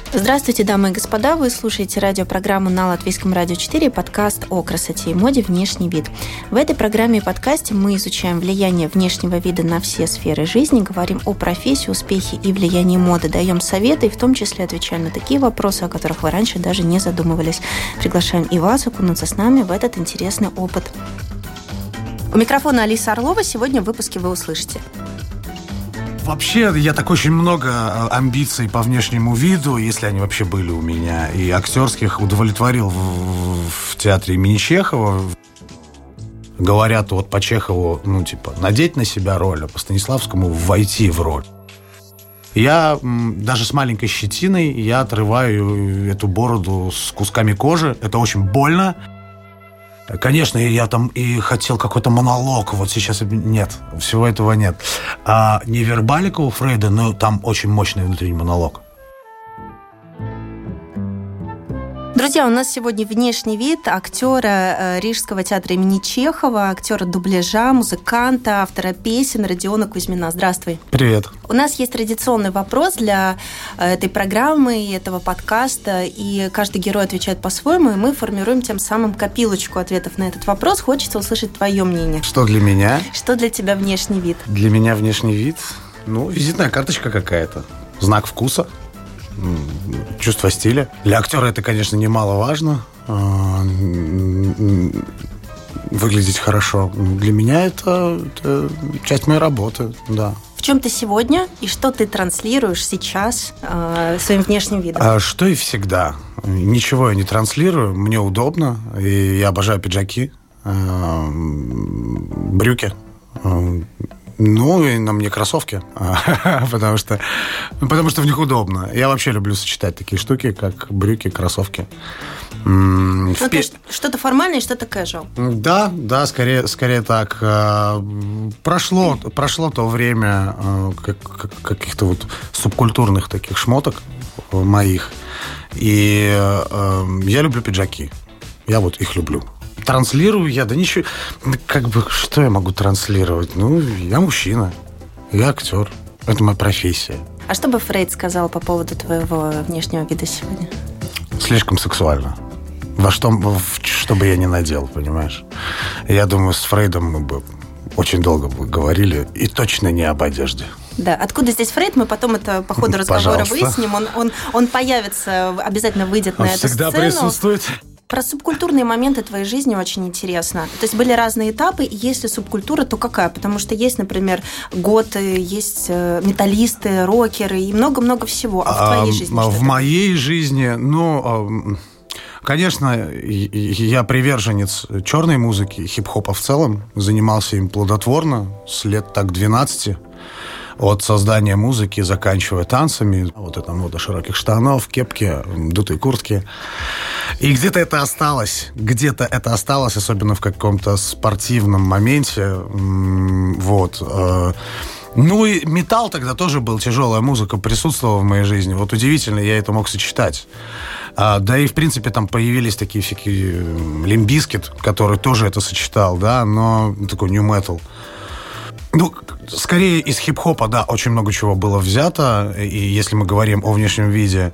Здравствуйте, дамы и господа. Вы слушаете радиопрограмму на Латвийском радио 4, подкаст о красоте и моде «Внешний вид». В этой программе и подкасте мы изучаем влияние внешнего вида на все сферы жизни, говорим о профессии, успехе и влиянии моды, даем советы и в том числе отвечаем на такие вопросы, о которых вы раньше даже не задумывались. Приглашаем и вас окунуться с нами в этот интересный опыт. У микрофона Алиса Орлова. Сегодня в выпуске вы услышите. Вообще, я так очень много амбиций по внешнему виду, если они вообще были у меня, и актерских удовлетворил в театре имени Чехова. Говорят вот по Чехову, надеть на себя роль, а по Станиславскому войти в роль. Я даже с маленькой щетиной, я отрываю эту бороду с кусками кожи. Это очень больно. Конечно, я там и хотел какой-то монолог. Вот сейчас нет, всего этого нет. А не вербалика у Фрейда, но там очень мощный внутренний монолог. Друзья, у нас сегодня внешний вид актера Рижского театра имени Чехова, актера дубляжа, музыканта, автора песен Родиона Кузьмина. Здравствуй. Привет. У нас есть традиционный вопрос для этой программы и этого подкаста, и каждый герой отвечает по-своему, и мы формируем тем самым копилочку ответов на этот вопрос. Хочется услышать твое мнение. Что для меня? Что для тебя внешний вид? Для меня внешний вид? Визитная карточка какая-то. Знак вкуса. Чувство стиля. Для актера это, конечно, немаловажно. Выглядеть хорошо. Для меня это часть моей работы, да. В чем ты сегодня и что ты транслируешь сейчас своим внешним видом? Что и всегда. Ничего я не транслирую. Мне удобно. И я обожаю пиджаки, брюки. И на мне кроссовки, потому что в них удобно. Я вообще люблю сочетать такие штуки, как брюки, кроссовки. Что-то формальное, что-то casual. Да, скорее так. Прошло то время каких-то вот субкультурных таких шмоток моих. И я люблю пиджаки. Я вот их люблю. Транслирую я, да ничего, что я могу транслировать? Я мужчина, я актер, это моя профессия. А что бы Фрейд сказал по поводу твоего внешнего вида сегодня? Слишком сексуально. Что бы я ни надел, понимаешь? Я думаю, с Фрейдом мы бы очень долго говорили, и точно не об одежде. Да, откуда здесь Фрейд? Мы потом это по ходу разговора выясним. Он появится, обязательно выйдет на эту сцену. Он всегда присутствует. Про субкультурные моменты твоей жизни очень интересно. То есть были разные этапы, и если субкультура, то какая? Потому что есть, например, готы, есть металлисты, рокеры и много-много всего. А в твоей жизни что? В моей жизни, конечно, я приверженец черной музыки, хип-хопа в целом. Занимался им плодотворно с лет так 12. От создания музыки, заканчивая танцами. Вот эта мода широких штанов, кепки, дутые куртки. И где-то это осталось, особенно в каком-то спортивном моменте. Вот. И металл тогда тоже был, тяжелая музыка присутствовала в моей жизни. Вот удивительно, я это мог сочетать. Да и, в принципе, там появились такие всякие Limp Bizkit, который тоже это сочетал, да, но такой new metal. Скорее из хип-хопа, да, очень много чего было взято, и если мы говорим о внешнем виде.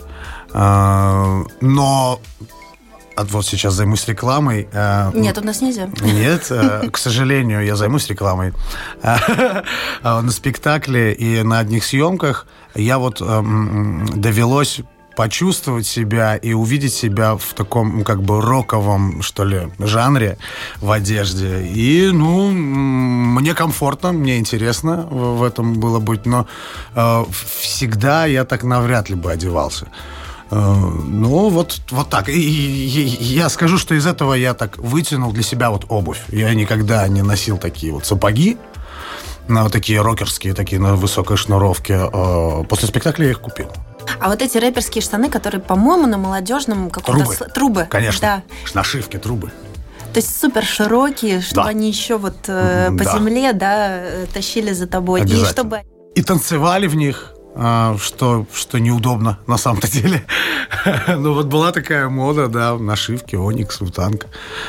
Но вот сейчас займусь рекламой. Нет, у нас нельзя. Нет, к сожалению, я займусь рекламой. На спектакле и на одних съемках я довелось почувствовать себя и увидеть себя в таком, роковом, что ли, жанре в одежде. И, мне комфортно, мне интересно в этом было быть, но всегда я так навряд ли бы одевался. Вот так. И я скажу, что из этого я так вытянул для себя обувь. Я никогда не носил такие сапоги, такие рокерские, такие на высокой шнуровке. После спектакля я их купил. А вот эти рэперские штаны, которые, по-моему, на молодежном каком-то... Трубы. Конечно. Да. Нашивки, трубы. То есть супер широкие, чтобы они еще по земле, тащили за тобой. И танцевали в них, что неудобно на самом-то деле. Была такая мода, нашивки, Оникс, Вутанг.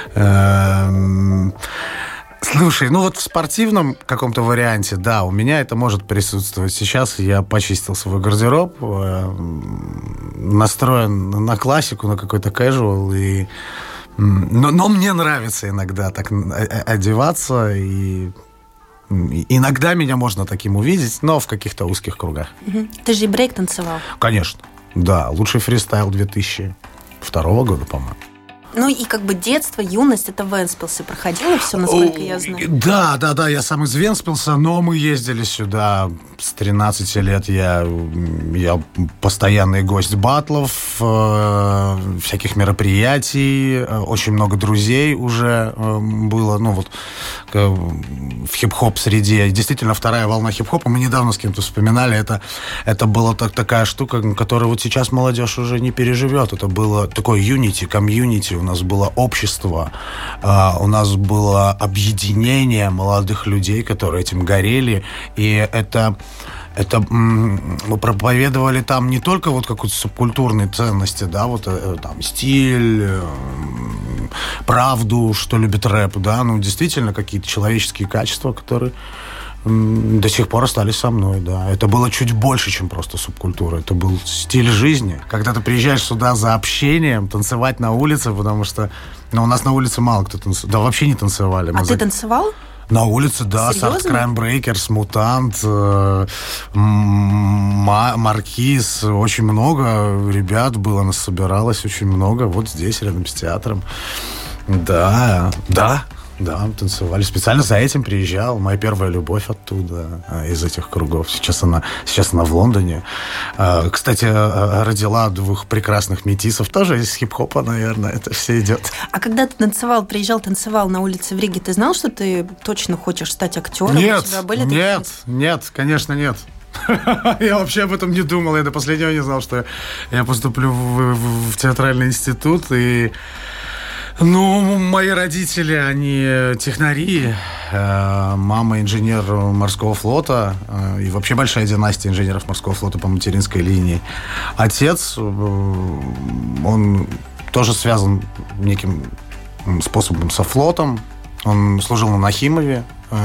Слушай, в спортивном каком-то варианте, да, у меня это может присутствовать. Сейчас я почистил свой гардероб, настроен на классику, на какой-то casual. Но мне нравится иногда так одеваться, и иногда меня можно таким увидеть, но в каких-то узких кругах. Ты же и брейк танцевал. Конечно, да. Лучший фристайл 2002 года, по-моему. Ну и как бы детство, юность, это в Вентспилсе проходило все, насколько я знаю. Да, я сам из Вентспилса, но мы ездили сюда с 13 лет. Я постоянный гость батлов, всяких мероприятий, очень много друзей уже было, в хип-хоп среде. Действительно, вторая волна хип-хопа, мы недавно с кем-то вспоминали, это была такая штука, которую вот сейчас молодежь уже не переживет. Это было такое комьюнити, у нас было общество, у нас было объединение молодых людей, которые этим горели, и это мы проповедовали там не только вот какие-то субкультурные ценности, да, вот там стиль, правду, что любит рэп, да, действительно какие-то человеческие качества, которые до сих пор остались со мной, да. Это было чуть больше, чем просто субкультура. Это был стиль жизни. Когда ты приезжаешь сюда за общением, танцевать на улице, потому что у нас на улице мало кто танцевал. Да, вообще не танцевали. Ты танцевал? На улице, да. Soft Crime Breakers, Мутант, Маркиз. Очень много ребят было, нас собиралось очень много. Вот здесь, рядом с театром. Да, танцевали. Специально за этим приезжал. Моя первая любовь оттуда, из этих кругов. Сейчас она в Лондоне. Кстати, родила 2 прекрасных метисов. Тоже из хип-хопа, наверное, это все идет. А когда ты танцевал на улице в Риге, ты знал, что ты точно хочешь стать актером? Нет, конечно, нет. Я вообще об этом не думал. Я до последнего не знал, что я поступлю в театральный институт. И мои родители, они технари, мама инженер морского флота, и вообще большая династия инженеров морского флота по материнской линии. Отец, он тоже связан неким способом со флотом, он служил на Нахимове,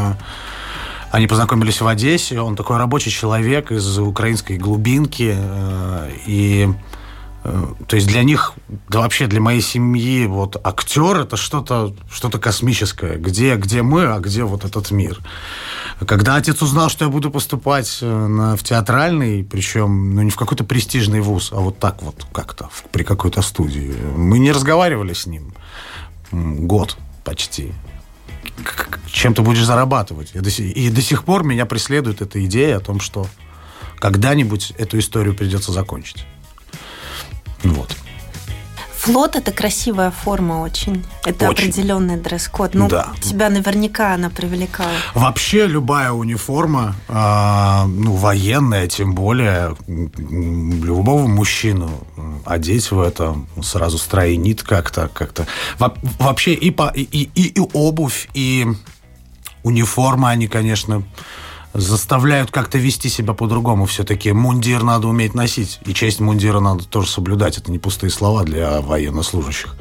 они познакомились в Одессе, он такой рабочий человек из украинской глубинки, и то есть для них, да вообще для моей семьи, вот актер это что-то космическое. Где мы, а где вот этот мир. Когда отец узнал, что я буду поступать в театральный, причем не в какой-то престижный вуз, а вот так вот как-то при какой-то студии, мы не разговаривали с ним год почти. Чем ты будешь зарабатывать? И до сих пор меня преследует эта идея о том, что когда-нибудь эту историю придется закончить. Вот. Флот – это красивая форма очень. Это очень. Определенный дресс-код. Да. Тебя наверняка она привлекала. Вообще любая униформа, военная, тем более, любого мужчину одеть в это сразу стройнит как-то. Вообще и обувь, и униформа, они, конечно, заставляют как-то вести себя по-другому. Все-таки мундир надо уметь носить. И честь мундира надо тоже соблюдать. Это не пустые слова для военнослужащих.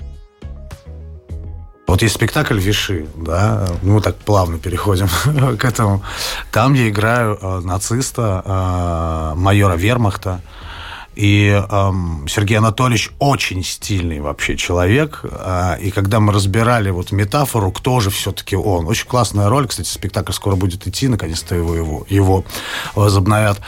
Вот есть спектакль «Виши», да, мы так плавно переходим к этому. Там я играю нациста, майора вермахта. И Сергей Анатольевич очень стильный вообще человек. И когда мы разбирали вот метафору, кто же все-таки он. Очень классная роль. Кстати, спектакль скоро будет идти. Наконец-то его возобновят.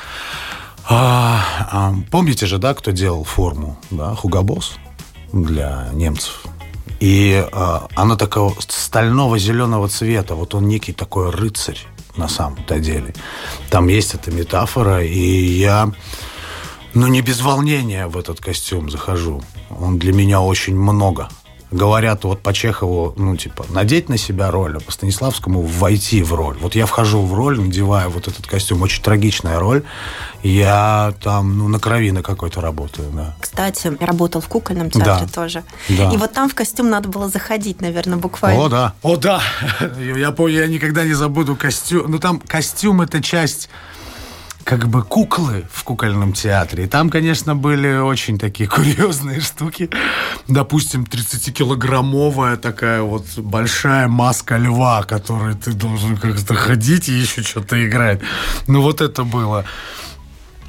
Помните же, да, кто делал форму? Да, Hugo Boss для немцев. И она такого стального зеленого цвета. Вот он некий такой рыцарь на самом-то деле. Там есть эта метафора. И я... не без волнения в этот костюм захожу. Он для меня очень много. Говорят, вот по Чехову, надеть на себя роль, а по Станиславскому войти в роль. Вот я вхожу в роль, надеваю вот этот костюм. Очень трагичная роль. Я там, на крови на какой-то работаю, да. Кстати, я работал в кукольном театре тоже. Да. И вот там в костюм надо было заходить, наверное, буквально. О, да. Я помню, я никогда не забуду костюм. Там костюм — это часть... как бы куклы в кукольном театре. И там, конечно, были очень такие курьезные штуки. Допустим, 30-килограммовая такая вот большая маска льва, которой ты должен как-то ходить и еще что-то играть. Вот это было.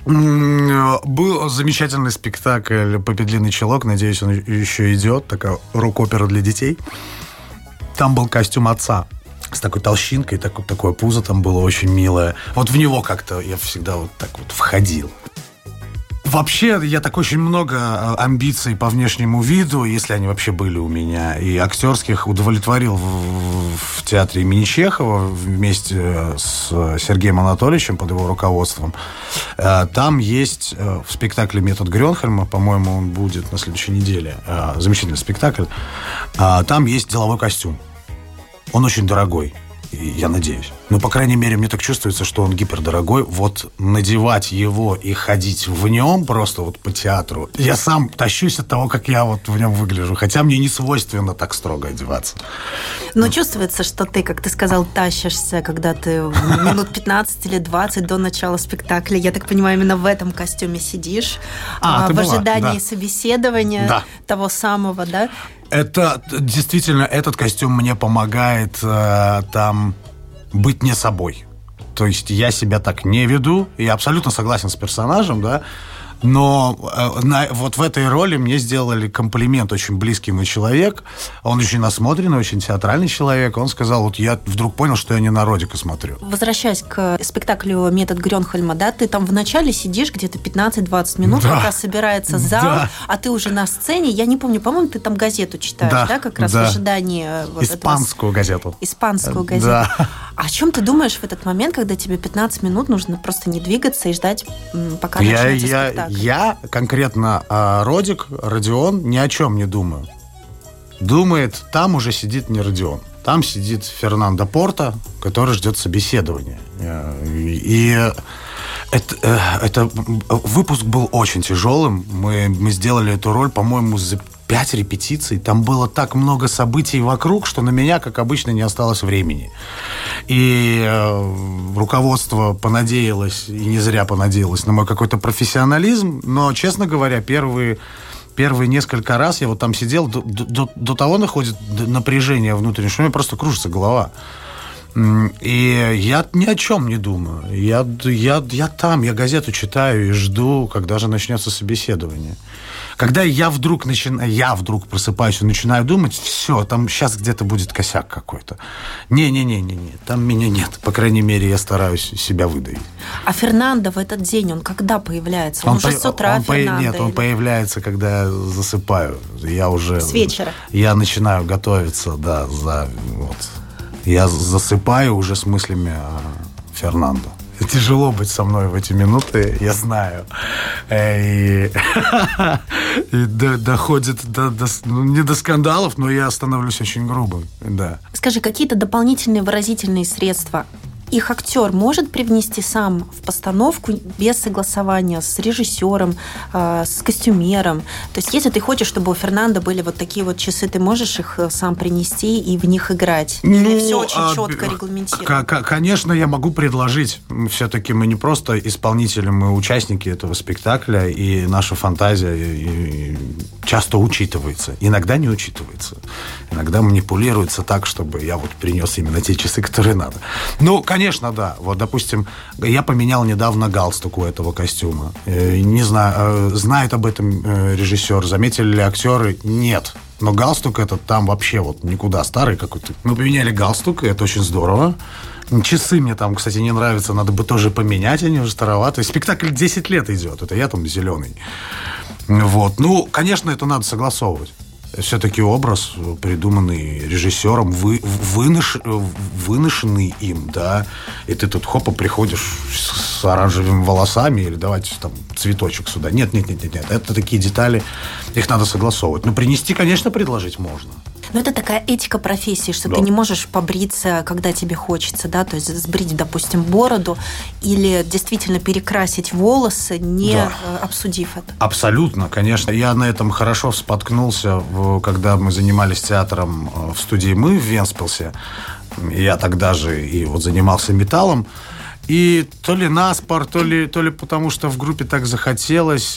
Был замечательный спектакль «Папе длинный чулок». Надеюсь, он еще идет. Такая рок-опера для детей. Там был костюм отца с такой толщинкой, такое пузо там было очень милое. Вот в него как-то я всегда вот так вот входил. Вообще, я так очень много амбиций по внешнему виду, если они вообще были у меня, и актерских удовлетворил в театре имени Чехова вместе с Сергеем Анатольевичем под его руководством. Там есть в спектакле «Метод Грёнхольма», по-моему, он будет на следующей неделе, замечательный спектакль, там есть деловой костюм. Он очень дорогой. Я надеюсь. Ну, по крайней мере, мне так чувствуется, что он гипердорогой. Вот надевать его и ходить в нем просто вот по театру. Я сам тащусь от того, как я вот в нем выгляжу. Хотя мне не свойственно так строго одеваться. Но чувствуется, что ты, как ты сказал, тащишься, когда ты минут 15 или 20 до начала спектакля. Я так понимаю, именно в этом костюме сидишь. В ожидании собеседования того самого, да? Это действительно, этот костюм мне помогает там быть не собой. То есть я себя так не веду. Я абсолютно согласен с персонажем, да. Но вот в этой роли мне сделали комплимент очень близкий мой человек. Он очень насмотренный, очень театральный человек. Он сказал, вот я вдруг понял, что я не на Родика смотрю. Возвращаясь к спектаклю «Метод Грёнхольма», да, ты там вначале сидишь где-то 15-20 минут, пока собирается зал, а ты уже на сцене. Я не помню, по-моему, ты там газету читаешь, да, как раз в ожидании... Вот испанскую газету. Испанскую газету. Да. А о чем ты думаешь в этот момент, когда тебе 15 минут нужно просто не двигаться и ждать, пока начнется спектакль? Я конкретно Родион ни о чем не думаю. Думает, там уже сидит не Родион. Там сидит Фернандо Порта, который ждет собеседования. И это выпуск был очень тяжелым. Мы сделали эту роль, по-моему, за 5 репетиций. Там было так много событий вокруг, что на меня, как обычно, не осталось времени. И руководство понадеялось, и не зря понадеялось, на мой какой-то профессионализм. Но, честно говоря, первые несколько раз я вот там сидел, до того находит напряжение внутреннее, что у меня просто кружится голова. И я ни о чем не думаю. Я там, я газету читаю и жду, когда же начнется собеседование. Когда я вдруг просыпаюсь и начинаю думать, все, там сейчас где-то будет косяк какой-то. Не, там меня нет. По крайней мере, я стараюсь себя выдавить. А Фернандо в этот день, он когда появляется? Он уже с утра Фернандо? Нет, он появляется, когда я засыпаю. Я уже... С вечера? Я начинаю готовиться, да, я засыпаю уже с мыслями о Фернандо. Тяжело быть со мной в эти минуты, я знаю. И доходит не до скандалов, но я становлюсь очень грубым. Да. Скажи, какие-то дополнительные выразительные средства их актер может привнести сам в постановку без согласования с режиссером, с костюмером? То есть, если ты хочешь, чтобы у Фернандо были вот такие вот часы, ты можешь их сам принести и в них играть? Или все очень четко регламентировано? Конечно, я могу предложить. Все-таки мы не просто исполнители, мы участники этого спектакля, и наша фантазия часто учитывается. Иногда не учитывается. Иногда манипулируется так, чтобы я вот принес именно те часы, которые надо. Ну, конечно, да. Вот, допустим, я поменял недавно галстук у этого костюма. Не знаю, знает об этом режиссер, заметили ли актеры? Нет. Но галстук этот там вообще вот никуда, старый какой-то. Мы поменяли галстук, и это очень здорово. Часы мне там, кстати, не нравятся, надо бы тоже поменять, они уже староваты. Спектакль 10 лет идет, это я там зеленый. Вот. Ну, конечно, это надо согласовывать. Все-таки образ, придуманный режиссером, выношенный им, да, и ты тут хопа приходишь с оранжевыми волосами или давайте там цветочек сюда. Нет, это такие детали, их надо согласовывать. Но принести, конечно, предложить можно. Но это такая этика профессии, что ты не можешь побриться, когда тебе хочется, да, то есть сбрить, допустим, бороду или действительно перекрасить волосы, не обсудив это. Абсолютно, конечно. Я на этом хорошо споткнулся, когда мы занимались театром в студии «Мы» в Венспилсе. Я тогда же и вот занимался металлом. И то ли наспор, то ли потому, что в группе так захотелось,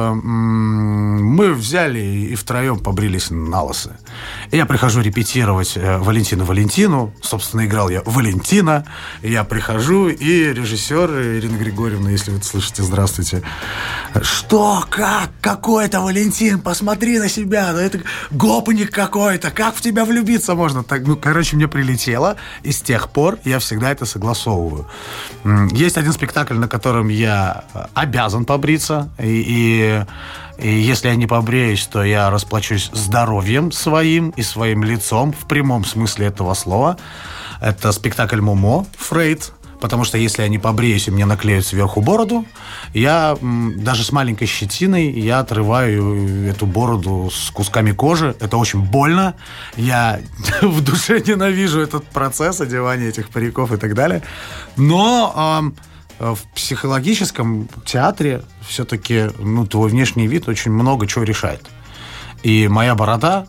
мы взяли и втроем побрились на лысо. И я прихожу репетировать Валентину. Собственно, играл я Валентина. И я прихожу, и режиссер Ирина Григорьевна, если вы это слышите, здравствуйте. Что? Как? Какой это Валентин? Посмотри на себя. Да это гопник какой-то. Как в тебя влюбиться можно? Так, мне прилетело. И с тех пор я всегда это согласовываю. Есть один спектакль, на котором я обязан побриться, и если я не побреюсь, то я расплачусь здоровьем своим и своим лицом в прямом смысле этого слова. Это спектакль «Момо» Фрейд, потому что если я не побреюсь и мне наклеют сверху бороду, я даже с маленькой щетиной я отрываю эту бороду с кусками кожи. Это очень больно. Я в душе ненавижу этот процесс одевания этих париков и так далее. Но в психологическом театре все-таки твой внешний вид очень много чего решает. И моя борода,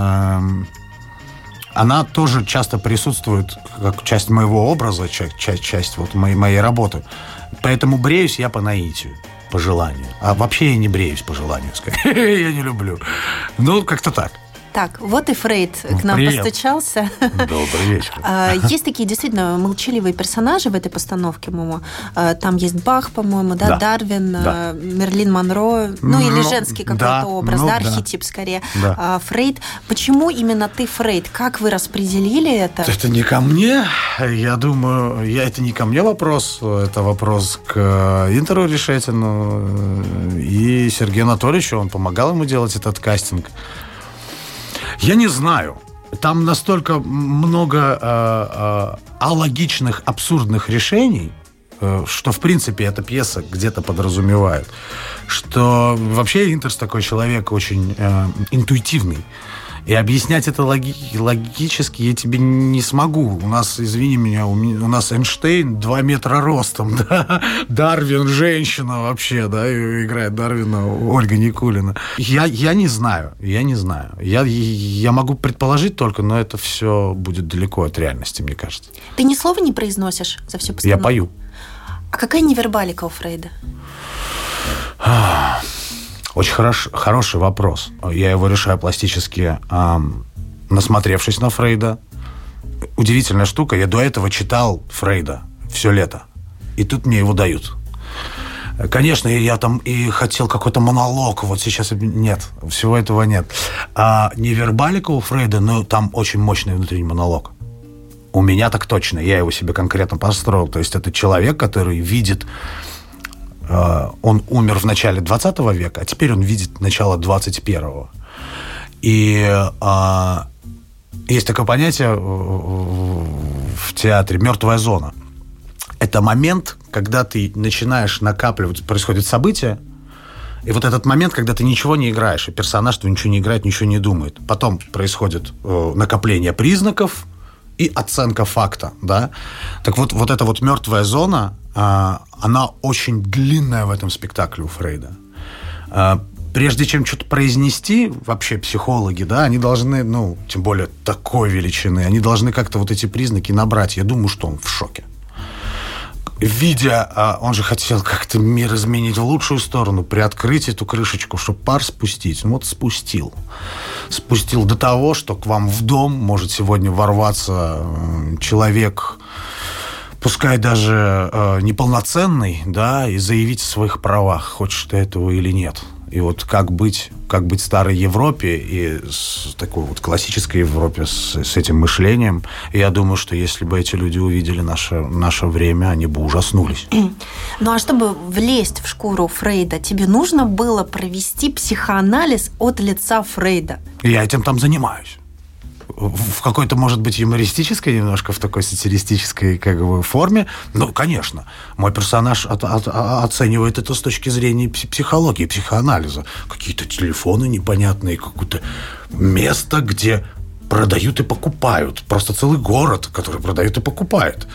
она тоже часто присутствует как часть моего образа, часть вот моей работы. Поэтому бреюсь я по наитию, по желанию. А вообще я не бреюсь по желанию, скорее. Я не люблю. Как-то так. Так, вот и Фрейд к нам постучался. Добрый вечер. Есть такие действительно молчаливые персонажи в этой постановке, Момо. Там есть Бах, по-моему, да? Дарвин, Мерлин Монро, или женский какой-то образ, архетип скорее. Да. Фрейд. Почему именно ты Фрейд? Как вы распределили это? Это не ко мне. Я думаю, это не ко мне вопрос. Это вопрос к Интеру Решетину и Сергею Анатольевичу. Он помогал ему делать этот кастинг. Я не знаю. Там настолько много алогичных, абсурдных решений, что, в принципе, эта пьеса где-то подразумевает, что вообще Интерс такой человек очень интуитивный. И объяснять это логически я тебе не смогу. У нас, извини меня, у нас Эйнштейн 2 метра ростом, да? Дарвин, женщина вообще, да, играет Дарвина Ольга Никулина. Я не знаю. Я могу предположить только, но это все будет далеко от реальности, мне кажется. Ты ни слова не произносишь за всю постановку? Я пою. А какая невербалика у Фрейда? Очень хороший вопрос. Я его решаю пластически, насмотревшись на Фрейда. Удивительная штука. Я до этого читал Фрейда все лето. И тут мне его дают. Конечно, я там и хотел какой-то монолог. Вот сейчас нет. Всего этого нет. А невербалика у Фрейда, там очень мощный внутренний монолог. У меня так точно. Я его себе конкретно построил. То есть это человек, который видит... Он умер в начале 20 века, а теперь он видит начало 21-го. И есть такое понятие в театре «мертвая зона». Это момент, когда ты начинаешь накапливать, происходит событие, и вот этот момент, когда ты ничего не играешь, и персонаж твой ничего не играет, ничего не думает. Потом происходит накопление признаков и оценка факта, да. Так вот эта вот «мертвая зона», она очень длинная в этом спектакле у Фрейда. Прежде чем что-то произнести, вообще психологи, да, они должны, тем более такой величины, они должны как-то вот эти признаки набрать. Я думаю, что он в шоке. Видя, он же хотел как-то мир изменить в лучшую сторону, приоткрыть эту крышечку, чтобы пар спустить. Вот спустил. Спустил до того, что к вам в дом может сегодня ворваться человек... пускай даже неполноценный, да, и заявить о своих правах, хочешь ты этого или нет. И вот как быть в старой Европе и с такой вот классической Европе с этим мышлением. И я думаю, что если бы эти люди увидели наше время, они бы ужаснулись. А чтобы влезть в шкуру Фрейда, тебе нужно было провести психоанализ от лица Фрейда? Я этим там занимаюсь. В какой-то, может быть, юмористической, немножко в такой сатиристической форме. Конечно, мой персонаж оценивает это с точки зрения психологии, психоанализа. Какие-то телефоны непонятные, какое-то место, где продают и покупают. Просто целый город, который продают и покупает.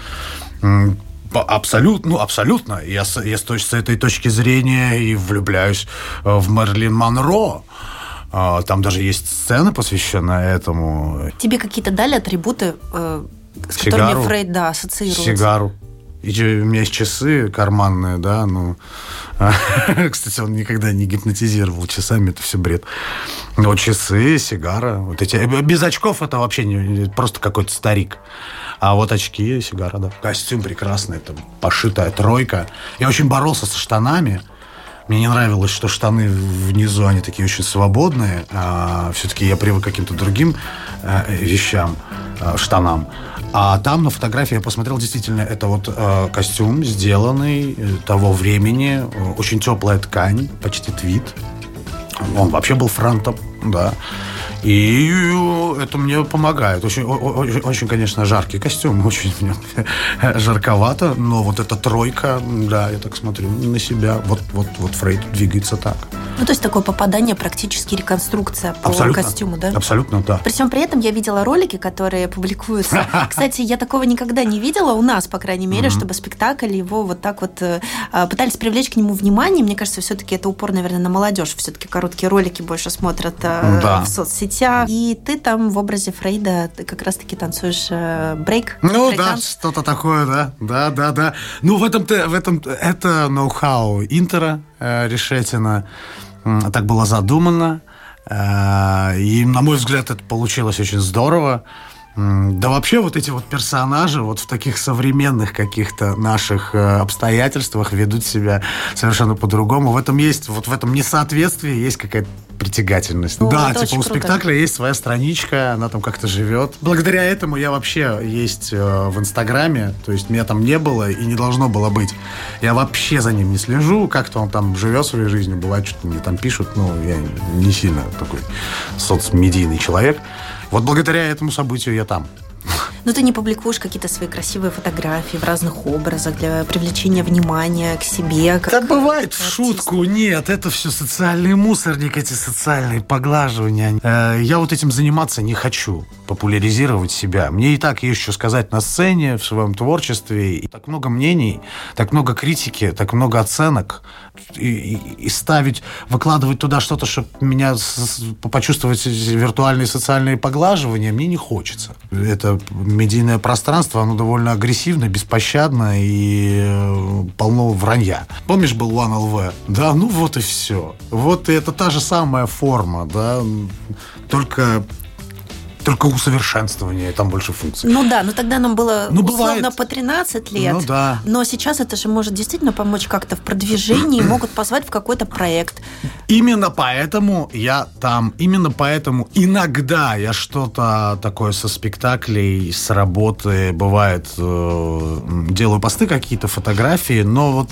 Абсолютно. Я с этой точки зрения и влюбляюсь в Мерлин Монро. Там даже есть сцена, посвященная этому. Тебе какие-то дали атрибуты, с которыми Фрейд ассоциируется? Сигару. И у меня есть часы карманные, да, ну... Кстати, он никогда не гипнотизировал часами, это все бред. Но часы, сигара, вот эти... Без очков это вообще не просто какой-то старик. А вот очки, сигара, да. Костюм прекрасный, это пошитая тройка. Я очень боролся со штанами. Мне не нравилось, что штаны внизу, они такие очень свободные. Все-таки я привык к каким-то другим вещам, штанам. А там на фотографии я посмотрел, действительно, это вот костюм, сделанный того времени. Очень теплая ткань, почти твид. Он вообще был франтом, да. И это мне помогает. Очень, конечно, жаркий костюм, очень жарковато, но вот эта тройка, да, я так смотрю на себя. Вот Фрейд двигается так. Ну, то есть такое попадание, практически реконструкция по костюму, да? Абсолютно, да. При всем при этом я видела ролики, которые публикуются. Кстати, я такого никогда не видела у нас, по крайней мере, чтобы спектакль его вот так вот пытались привлечь к нему внимание. Мне кажется, все-таки это упор, наверное, на молодежь. Все-таки короткие ролики больше смотрят в соцсетях. И ты там в образе Фрейда ты как раз-таки танцуешь брейк. Ну да, что-то такое, да. Да. Ну в этом это ноу-хау Интера Решетина. Так было задумано. И, на мой взгляд, это получилось очень здорово. Да вообще вот эти вот персонажи вот в таких современных каких-то наших обстоятельствах ведут себя совершенно по-другому. В этом несоответствии есть какая-то притягательность. Да, типа у спектакля есть своя страничка, она там как-то живет. Благодаря этому я вообще есть в Инстаграме, то есть меня там не было и не должно было быть. Я вообще за ним не слежу, как-то он там живет своей жизнью, бывает, что-то мне там пишут, но я не сильно такой соцмедийный человек. Вот благодаря этому событию я там. Но ты не публикуешь какие-то свои красивые фотографии в разных образах для привлечения внимания к себе? Да бывает в шутку. Нет, это все социальный мусорник, эти социальные поглаживания. Я вот этим заниматься не хочу, популяризировать себя. Мне и так есть что сказать на сцене, в своем творчестве. И так много мнений, так много критики, так много оценок. И ставить, выкладывать туда что-то, чтобы меня почувствовать виртуальные социальные поглаживания, мне не хочется. Это медийное пространство, оно довольно агрессивно, беспощадно и полно вранья. Помнишь, был OneLV? Да, ну вот и все. Вот и это та же самая форма, да, только усовершенствование, там больше функций. Ну да, но тогда нам было условно бывает. по 13 лет. Ну да. Но сейчас это же может действительно помочь как-то в продвижении, могут позвать в какой-то проект. Именно поэтому я там, именно поэтому иногда я что-то такое со спектаклей, с работы, бывает, делаю посты какие-то, фотографии, но вот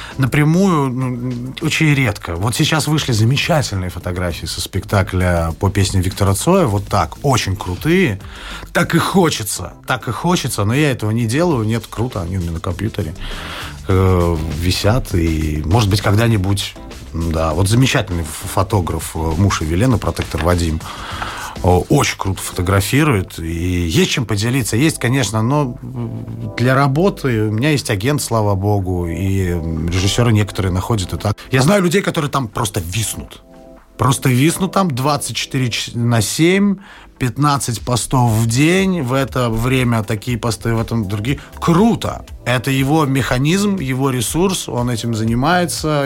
напрямую очень редко. Вот сейчас вышли замечательные фотографии со спектакля по песне Виктора Цоя, вот так, очень крутые. Так и хочется, но я этого не делаю. Нет, круто, они у меня на компьютере висят. И, может быть, когда-нибудь... Да, вот замечательный фотограф, муж Елены, протектор Вадим, очень круто фотографирует. И есть чем поделиться. Есть, конечно, но для работы у меня есть агент, слава богу, и режиссеры некоторые находят это. Я знаю людей, которые там просто виснут. Просто виснут там 24/7, 15 постов в день, в это время такие посты, в этом другие. Круто! Это его механизм, его ресурс, он этим занимается.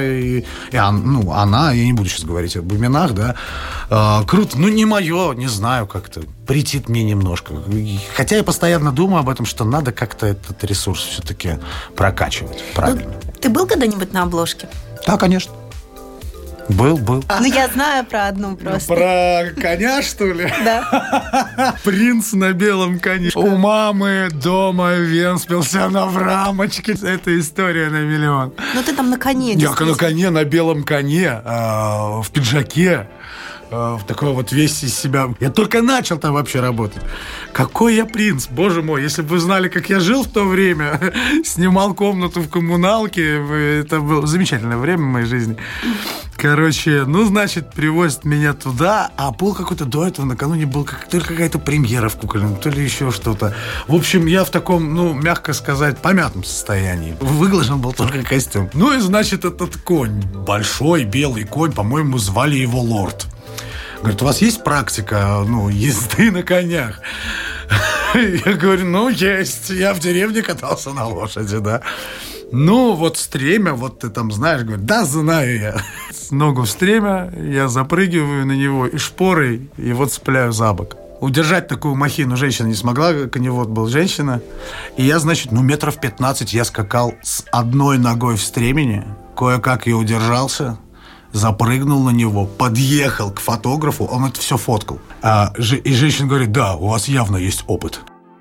Она, я не буду сейчас говорить об именах, да. Круто, не мое, не знаю, как-то претит мне немножко. Хотя я постоянно думаю об этом, что надо как-то этот ресурс все-таки прокачивать. Правильно. Ты был когда-нибудь на обложке? Да, конечно. Был. Я знаю про одну просто. Про коня, что ли? Да. Принц на белом коне. У мамы дома Венспилса в рамочке. Это история на миллион. Но ты там на коне. Я на коне, на белом коне, в пиджаке. В такой вот весь из себя. Я только начал там вообще работать. Какой я принц, боже мой. Если бы вы знали, как я жил в то время, снимал комнату в коммуналке, это было замечательное время в моей жизни. Короче, значит, привозят меня туда, а был какой-то до этого, накануне был то ли какая-то премьера в кукольном, то ли еще что-то. В общем, я в таком, мягко сказать, помятом состоянии. Выглажен был только костюм. И, значит, этот конь, большой белый конь, по-моему, звали его Лорд. Говорит, у вас есть практика, езды на конях? Я говорю, ну, есть. Я в деревне катался на лошади, да. Ну, вот стремя, вот ты там знаешь, говорит, да, знаю я. Ногу в стремя, я запрыгиваю на него и шпорой его цепляю за бок. Удержать такую махину женщина не смогла, коневод был женщина. И я, значит, метров 15 я скакал с одной ногой в стремени, кое-как я удержался, запрыгнул на него, подъехал к фотографу, он это все фоткал. И женщина говорит, да, у вас явно есть опыт.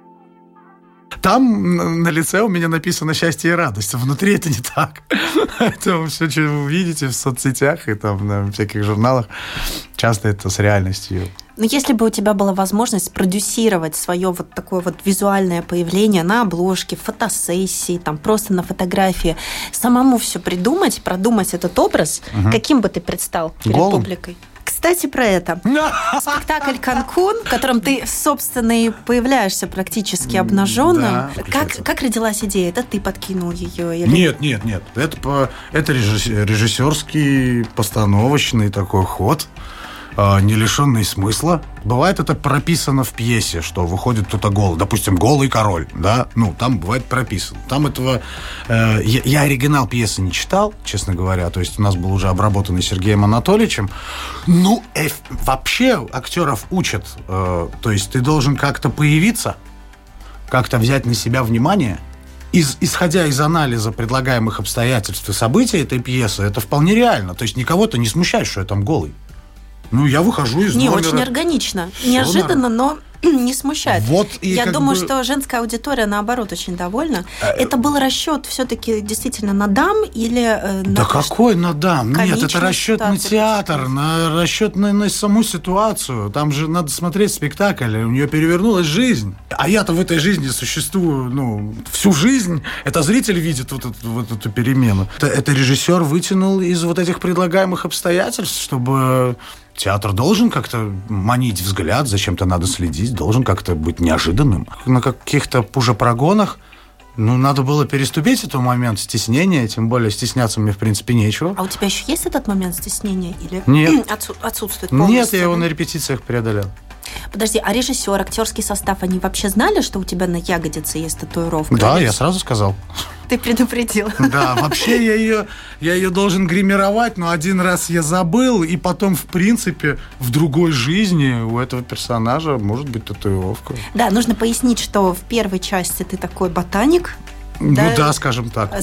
Там на лице у меня написано «счастье и радость», а внутри это не так. Это все, что вы увидите в соцсетях и там на всяких журналах, часто это с реальностью. Но если бы у тебя была возможность продюсировать свое вот такое вот визуальное появление на обложке, фотосессии, там просто на фотографии, самому все придумать, продумать этот образ, каким бы ты предстал перед публикой? Кстати, про это. Спектакль «Канкун», в котором ты, собственно, и появляешься практически обнаженным. Да, как родилась идея? Это ты подкинул ее? Или... Нет. Это режиссерский, постановочный такой ход, не лишенный смысла. Бывает это прописано в пьесе, что выходит кто-то голый. Допустим, «Голый король», да? Ну, там бывает прописано. Там этого... Я оригинал пьесы не читал, честно говоря. То есть у нас был уже обработанный Сергеем Анатольевичем. Ну, вообще актеров учат. То есть ты должен как-то появиться, как-то взять на себя внимание. Исходя из анализа предлагаемых обстоятельств и событий этой пьесы, это вполне реально. То есть никого-то не смущает, что я там голый. Ну, я выхожу из номера. Не, очень органично. Неожиданно, но не смущает. Вот, я думаю, что женская аудитория, наоборот, очень довольна. Это был расчет все-таки действительно на дам или на... Да какой на дам? Нет, это расчет на театр, на расчет на саму ситуацию. Там же надо смотреть спектакль, у нее перевернулась жизнь. А я-то в этой жизни существую, всю жизнь. Это зритель видит вот эту перемену. Это режиссер вытянул из вот этих предлагаемых обстоятельств, чтобы... Театр должен как-то манить взгляд, зачем-то надо следить, должен как-то быть неожиданным. На каких-то пужепрогонах надо было переступить этот момент стеснения, тем более стесняться мне, в принципе, нечего. А у тебя еще есть этот момент стеснения? Или нет. Отсутствует полностью? Нет, я его на репетициях преодолел. Подожди, а режиссер, актерский состав, они вообще знали, что у тебя на ягодице есть татуировка? Да, я сразу сказал. Ты предупредил. Да, вообще я ее должен гримировать, но один раз я забыл, и потом, в принципе, в другой жизни у этого персонажа может быть татуировка. Да, нужно пояснить, что в первой части ты такой ботаник, да, скажем так.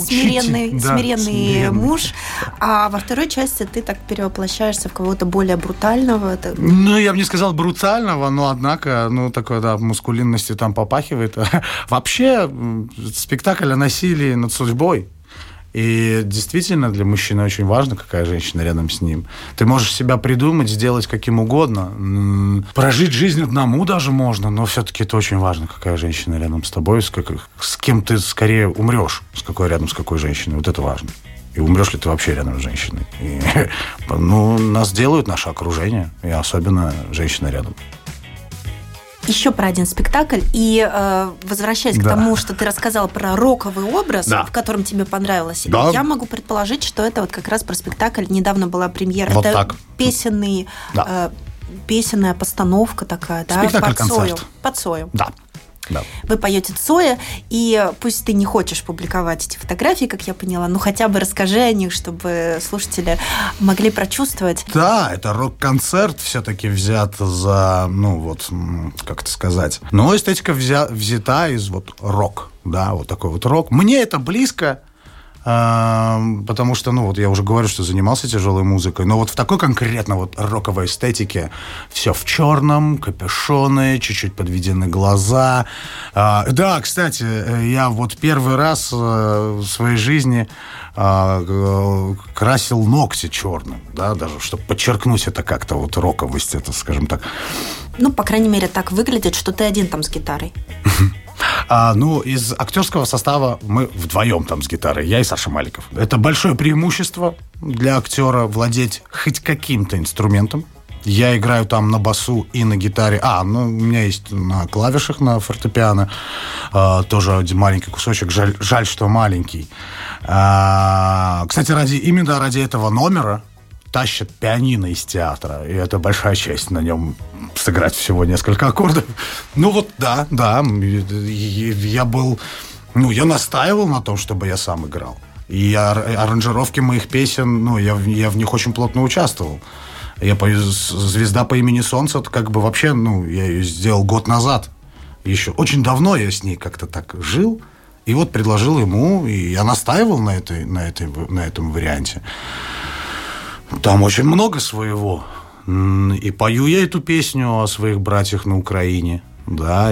Смиренный муж. А во второй части ты так перевоплощаешься в кого-то более брутального. Я бы не сказал брутального, но, однако, такой, мускулинностью там попахивает. Вообще, спектакль о насилии над судьбой. И действительно для мужчины очень важно, какая женщина рядом с ним. Ты можешь себя придумать, сделать каким угодно. Прожить жизнь одному даже можно, но все-таки это очень важно, какая женщина рядом с тобой, с кем ты скорее умрешь, с какой женщиной. Вот это важно. И умрешь ли ты вообще рядом с женщиной. И, нас делают наше окружение, и особенно женщина рядом. Еще про один спектакль. И возвращаясь к тому, что ты рассказал про роковый образ, в котором тебе понравилось, я могу предположить, что это вот как раз про спектакль. Недавно была премьера. Вот это так. Песенная постановка такая, спектакль-концерт. Под Цоем. Да. Вы поете Цоя, и пусть ты не хочешь публиковать эти фотографии, как я поняла, но хотя бы расскажи о них, чтобы слушатели могли прочувствовать. Да, это рок-концерт все-таки взят за, как это сказать, но эстетика взята из рок, да, вот такой вот рок. Мне это близко, потому что, я уже говорю, что занимался тяжелой музыкой, но вот в такой конкретно роковой эстетике все в черном, капюшоны, чуть-чуть подведены глаза. Да, кстати, я первый раз в своей жизни красил ногти черным, да, даже чтобы подчеркнуть это как-то роковость, это, скажем так. По крайней мере, так выглядит, что ты один там с гитарой. Из актерского состава мы вдвоем там с гитарой, я и Саша Маликов. Это большое преимущество для актера владеть хоть каким-то инструментом. Я играю там на басу и на гитаре. У меня есть на клавишах, на фортепиано тоже один маленький кусочек. Жаль, что маленький. Кстати, именно ради этого номера тащат пианино из театра, и это большая честь на нем сыграть всего несколько аккордов. Ну вот, да, я был... Ну, я настаивал на том, чтобы я сам играл. И аранжировки моих песен, я в них очень плотно участвовал. Я пою «Звезда по имени Солнце», это как бы вообще, я ее сделал год назад. Еще очень давно я с ней как-то так жил. И вот предложил ему, и я настаивал на этом варианте. Там очень много своего. И пою я эту песню о своих братьях на Украине. Да,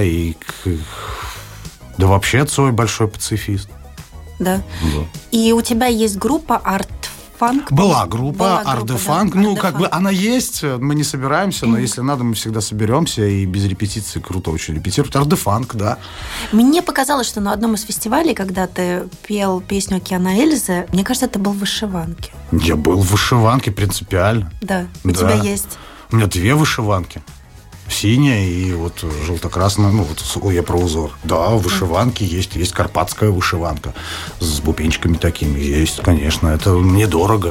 да вообще Цой большой пацифист. Да. И у тебя есть группа «Артфанк»? Была группа «Артфанк». Да. Как бы она есть, мы не собираемся, но если надо, мы всегда соберемся, и без репетиции круто очень репетируют. «Артфанк», да. Мне показалось, что на одном из фестивалей, когда ты пел песню «Океана Эльзы», мне кажется, ты был в вышиванке. Я был в вышиванке принципиально. Да, у тебя есть. У меня 2 вышиванки. Синяя и вот желто-красная, я про узор. Да, вышиванки есть карпатская вышиванка с бубенчиками такими. Есть, конечно, это недорого.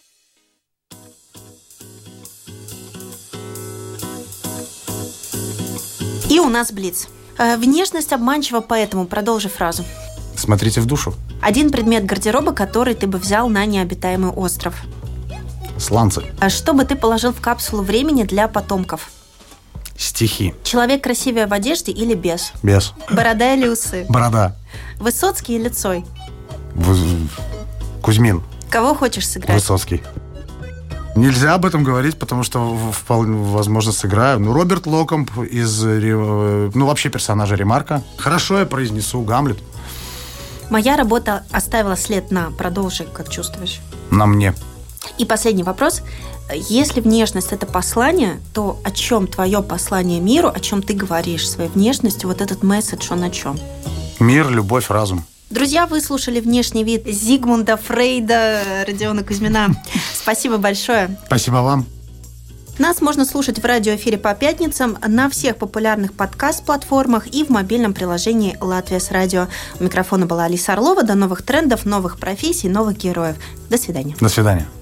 И у нас блиц. Внешность обманчива, поэтому продолжи фразу. Смотрите в душу. Один предмет гардероба, который ты бы взял на необитаемый остров. Сланцы. Что бы ты положил в капсулу времени для потомков? Стихи. Человек красивее в одежде или без? Без. Борода или усы? Борода. Высоцкий или Цой? Кузьмин. Кого хочешь сыграть? Высоцкий. Нельзя об этом говорить, потому что вполне возможно сыграю. Роберт Локомб из... вообще персонажа Ремарка. Хорошо я произнесу Гамлет. Моя работа оставила след на... Продолжи, как чувствуешь. На мне. И последний вопрос. Если внешность – это послание, то о чем твое послание миру, о чем ты говоришь своей внешностью, вот этот месседж, он о чем? Мир, любовь, разум. Друзья, вы слушали «Внешний вид» Зигмунда Фрейда, Родиона Кузьмина. Спасибо большое. Спасибо вам. Нас можно слушать в радиоэфире по пятницам на всех популярных подкаст-платформах и в мобильном приложении «Латвия с радио». У микрофона была Алиса Орлова. До новых трендов, новых профессий, новых героев. До свидания. До свидания.